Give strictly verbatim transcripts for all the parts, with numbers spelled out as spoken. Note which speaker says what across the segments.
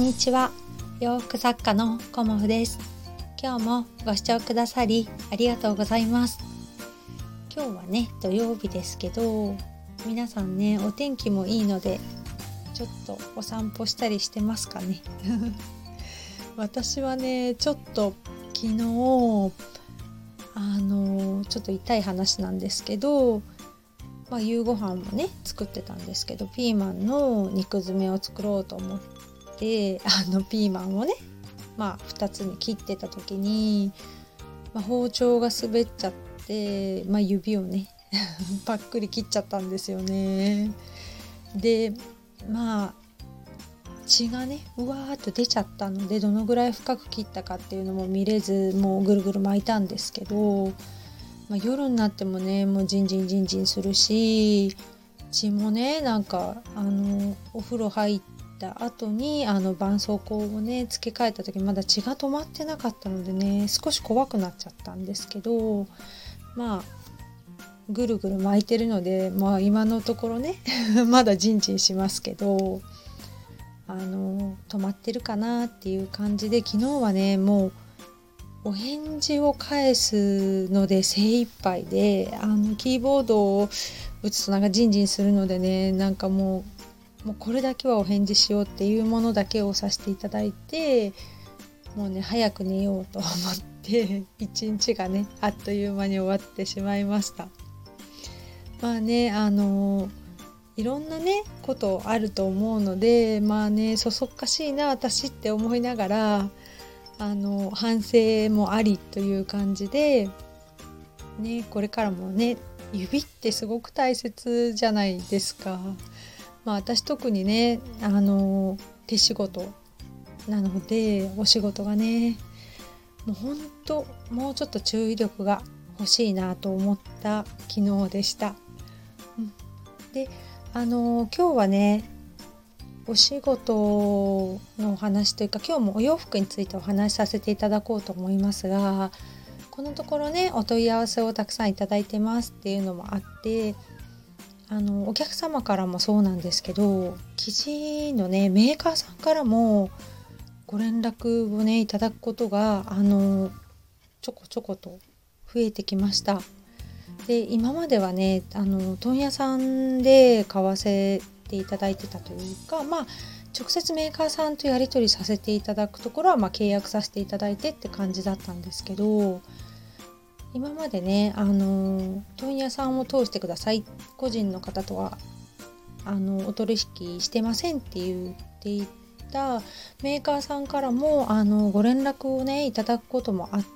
Speaker 1: にちは。洋服作家のコモフです。今日もご視聴くださりありがとうございます。今日はね土曜日ですけど、皆さんねお天気もいいのでちょっとお散歩したりしてますかね私はねちょっと昨日あのちょっと痛い話なんですけど、まあ、夕ご飯もね作ってたんですけど、ピーマンの肉詰めを作ろうと思ってあのピーマンをね、まあ、ふたつに切ってた時に、まあ、包丁が滑っちゃって、まあ、指をねパックリ切っちゃったんですよね。でまあ血がねうわーっと出ちゃったので、どのぐらい深く切ったかっていうのも見れず、もうぐるぐる巻いたんですけど、まあ、夜になってもねもうジンジンジンジンするし、血もねなんかあのお風呂入った後にあの絆創膏をね付け替えた時まだ血が止まってなかったのでね少し怖くなっちゃったんですけど、まあぐるぐる巻いてるので、まあ今のところねまだジンジンしますけど、あの止まってるかなっていう感じで、昨日はねもうお返事を返すので精一杯で、あのキーボードを打つとなんかジンジンするのでね、なんかもう、もうこれだけはお返事しようっていうものだけをさせていただいて、もうね早く寝ようと思って一日がねあっという間に終わってしまいました。まあねあのいろんなねことあると思うので、まあねそそっかしいな私って思いながら、あの反省もありという感じでね、これからもね指ってすごく大切じゃないですか。まあ私特にねあの手仕事なので、お仕事がねもうほんともうちょっと注意力が欲しいなと思った昨日でした。うん、であの今日はねお仕事のお話というか、今日もお洋服についてお話しさせていただこうと思いますが、このところねお問い合わせをたくさんいただいてますっていうのもあって、あのお客様からもそうなんですけど、生地のねメーカーさんからもご連絡をねいただくことがあのちょこちょこと増えてきました。で今まではねあの問屋さんで買わせていただいてたというか、まあ直接メーカーさんとやり取りさせていただくところは、まあ、契約させていただいてって感じだったんですけど、今までねあの問屋さんを通してください、個人の方とはあのお取引してませんって言っていたメーカーさんからもあのご連絡をねいただくこともあって、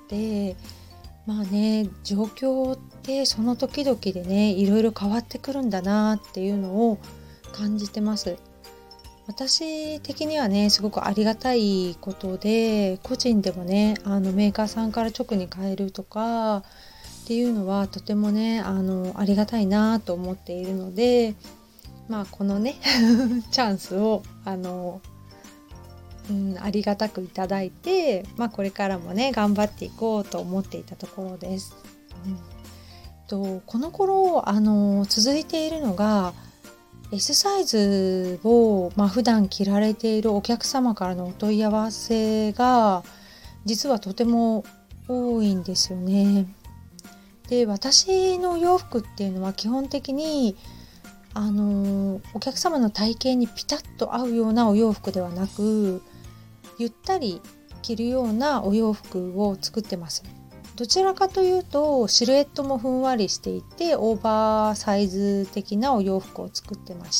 Speaker 1: まあね状況ってその時々でねいろいろ変わってくるんだなっていうのを感じてます。私的にはねすごくありがたいことで、個人でもねあのメーカーさんから直に買えるとかっていうのはとてもねあのありがたいなと思っているので、まあこのねチャンスをあの、うん、ありがたくいただいて、まあこれからもね頑張っていこうと思っていたところです。うん、とこの頃あの続いているのがS サイズを、まあ、普段着られているお客様からのお問い合わせが実はとても多いんですよね。で私のお洋服っていうのは基本的にあのお客様の体型にピタッと合うようなお洋服ではなく、ゆったり着るようなお洋服を作ってます。どちらかというとシルエットもふんわりしていてオーバーサイズ的なお洋服を作ってまして、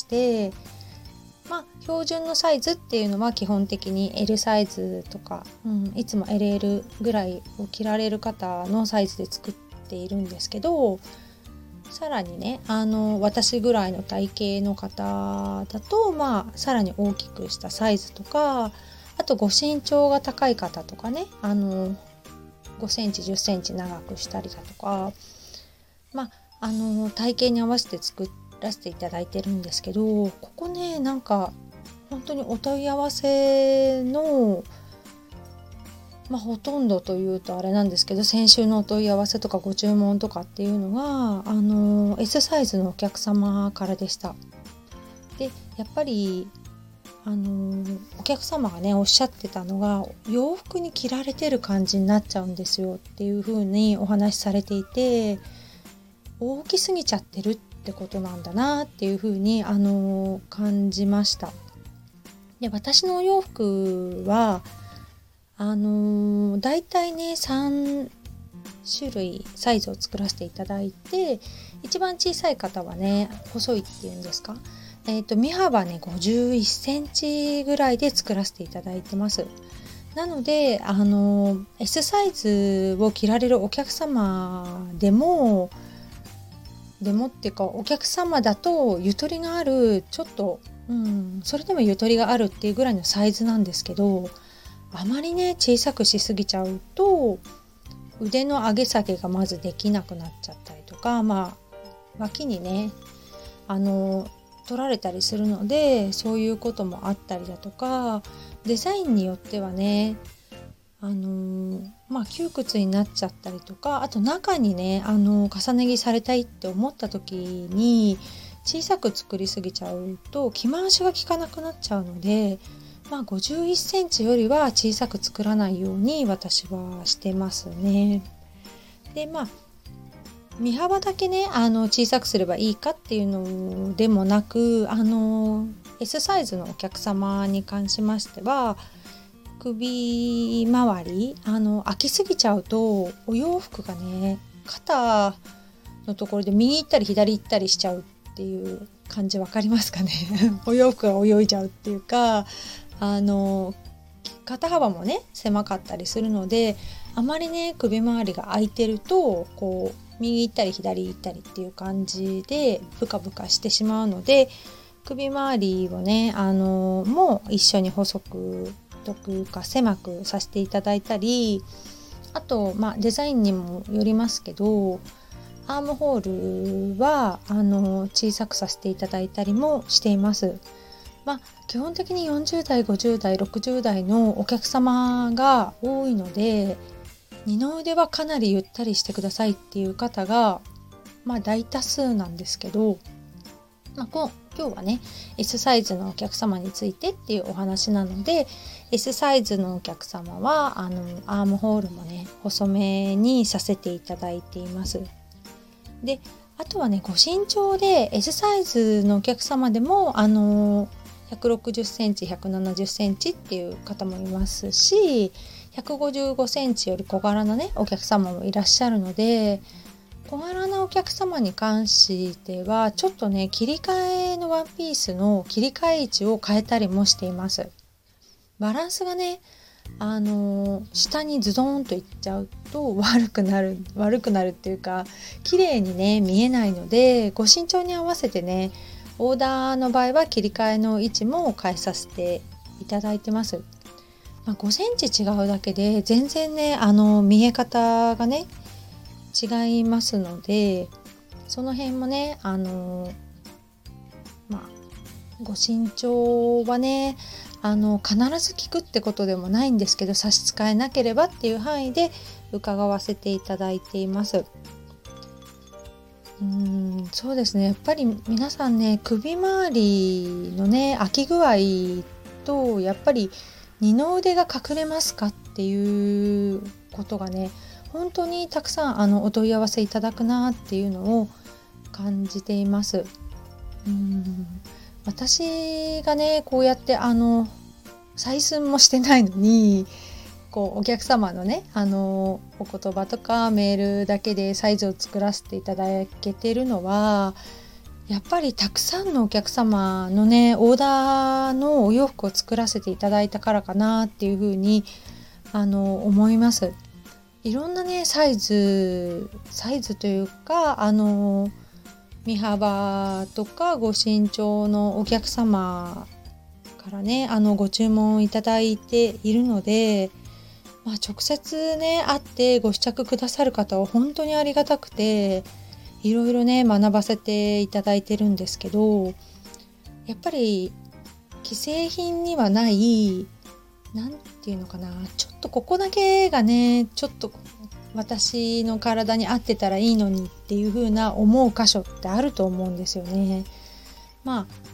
Speaker 1: まあ標準のサイズっていうのは基本的に L サイズとか、うん、いつも エルエル ぐらいを着られる方のサイズで作っているんですけど、さらにねあの私ぐらいの体型の方だと、まあさらに大きくしたサイズとか、あとご身長が高い方とかねあのごセンチじゅっセンチ長くしたりだとか、まああの体型に合わせて作らせていただいてるんですけど、ここねなんか本当にお問い合わせのまあほとんどというとあれなんですけど、先週のお問い合わせとかご注文とかっていうのがあの S サイズのお客様からでした。でやっぱりあのお客様がねおっしゃってたのが、洋服に着られてる感じになっちゃうんですよっていう風にお話しされていて、大きすぎちゃってるってことなんだなっていう風にあの感じました。で、私のお洋服はあのだいたいねさん種類サイズを作らせていただいて、一番小さい方はね細いっていうんですか、えーと、身幅ねごじゅういっセンチぐらいで作らせていただいてます。なのであの S サイズを着られるお客様でもでもっていうかお客様だとゆとりがある、ちょっと、うん、それでもゆとりがあるっていうぐらいのサイズなんですけど、あまりね小さくしすぎちゃうと腕の上げ下げがまずできなくなっちゃったりとか、まあ脇にねあの取られたりするので、そういうこともあったりだとか、デザインによってはねあのまあ窮屈になっちゃったりとか、あと中にねあの重ね着されたいって思った時に小さく作りすぎちゃうと着回しが効かなくなっちゃうので、まあごじゅういっセンチよりは小さく作らないように私はしてますね。で、まあ身幅だけねあの小さくすればいいかっていうのでもなく、あの S サイズのお客様に関しましては、首周りあの開きすぎちゃうとお洋服がね肩のところで右行ったり左行ったりしちゃうっていう感じわかりますかねお洋服が泳いじゃうっていうか、あの肩幅もね狭かったりするので、あまりね首周りが開いてるとこう右行ったり左行ったりっていう感じでブカブカしてしまうので、首周りをねあのもう一緒に細くというか狭くさせていただいたり、あと、まあ、デザインにもよりますけどアームホールはあの小さくさせていただいたりもしています。まあ、基本的によんじゅう代ごじゅう代ろくじゅう代のお客様が多いので、二の腕はかなりゆったりしてくださいっていう方が、まあ、大多数なんですけど、まあ、こ今日はね S サイズのお客様についてっていうお話なので、 S サイズのお客様はあのアームホールもね細めにさせていただいています。で、あとはねご身長で S サイズのお客様でもあのひゃくろくじゅっセンチひゃくななじゅっセンチっていう方もいますし、ひゃくごじゅうごセンチより小柄なねお客様もいらっしゃるので、小柄なお客様に関してはちょっとね切り替えのワンピースの切り替え位置を変えたりもしています。バランスがねあの下にズドーンといっちゃうと悪くなる悪くなるっていうか綺麗にね見えないので、ご身長に合わせてねオーダーの場合は切り替えの位置も変えさせていただいてます。まあ、ごセンチ違うだけで全然ねあの見え方がね違いますので、その辺もねあのまあご身長はねあの必ず聞くってことでもないんですけど、差し支えなければっていう範囲で伺わせていただいています。うーんそうですね、やっぱり皆さんね首周りのね開き具合と、やっぱり二の腕が隠れますかっていうことがね本当にたくさんあのお問い合わせいただくなっていうのを感じています。うーん私がねこうやってあの採寸もしてないのにこうお客様のねあのお言葉とかメールだけでサイズを作らせていただけてるのは、やっぱりたくさんのお客様のねオーダーのお洋服を作らせていただいたからかなっていうふうにあの思います。いろんなねサイズサイズというかあの身幅とかご身長のお客様からねあのご注文いただいているので、まあ、直接ね会ってご試着くださる方は本当にありがたくて、いろいろね学ばせていただいてるんですけど、やっぱり既製品にはないなんていうのかな、ちょっとここだけがねちょっと私の体に合ってたらいいのにっていう風な思う箇所ってあると思うんですよね。まあ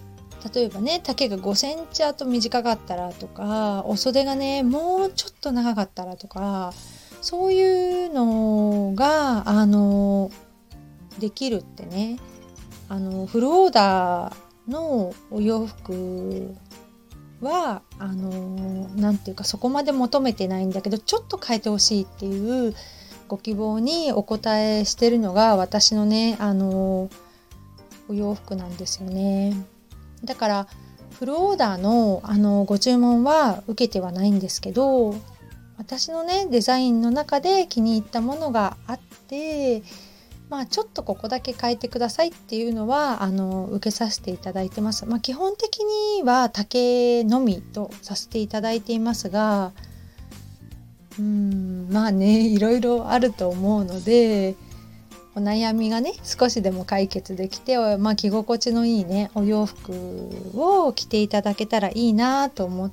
Speaker 1: 例えばね丈がごセンチあと短かったらとか、お袖がねもうちょっと長かったらとか、そういうのがあのできるってね、あのフルオーダーのお洋服はあのなんていうかそこまで求めてないんだけど、ちょっと変えてほしいっていうご希望にお答えしてるのが私のねあのお洋服なんですよね。だからフルオーダーのあのご注文は受けてはないんですけど、私のねデザインの中で気に入ったものがあって、まあちょっとここだけ変えてくださいっていうのはあの受けさせていただいてます。まあ基本的には丈のみとさせていただいていますが、うーんまあねいろいろあると思うので、お悩みがね少しでも解決できて、まあ、着心地のいいねお洋服を着ていただけたらいいなと思って、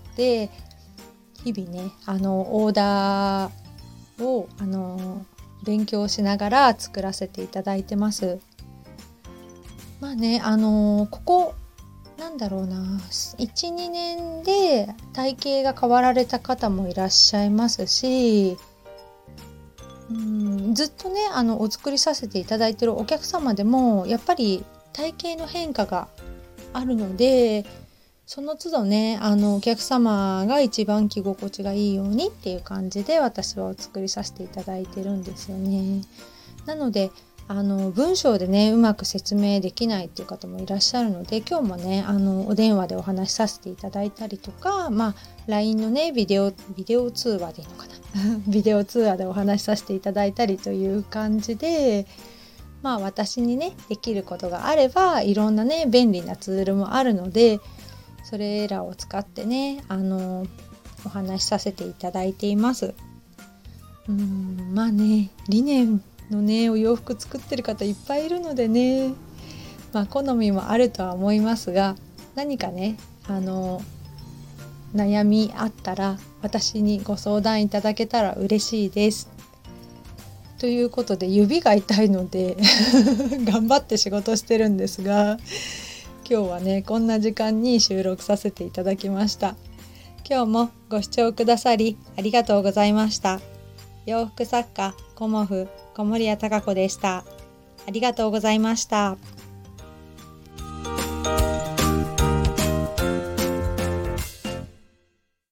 Speaker 1: 日々ねあのオーダーをあの勉強しながら作らせていただいてます。まあねあのここなんだろうな いちにねんで体型が変わられた方もいらっしゃいますし、うんずっとねあのお作りさせていただいているお客様でもやっぱり体型の変化があるので、その都度ねあのお客様が一番着心地がいいようにっていう感じで私はお作りさせていただいてるんですよね。なのであの文章でねうまく説明できないっていう方もいらっしゃるので、今日もねあのお電話でお話しさせていただいたりとか、まあ ライン のねビデオビデオ通話でいいのかなビデオ通話でお話しさせていただいたりという感じで、まあ私にねできることがあればいろんなね便利なツールもあるので、それらを使ってねあのお話しさせていただいています。うーんまあねリネンのねお洋服作ってる方いっぱいいるのでね、まあ好みもあるとは思いますが、何かねあの悩みあったら私にご相談いただけたら嬉しいです。ということで指が痛いので頑張って仕事してるんですが、今日はねこんな時間に収録させていただきました。今日もご視聴くださりありがとうございました。洋服作家コモフ小森屋貴子でした。ありがとうございました。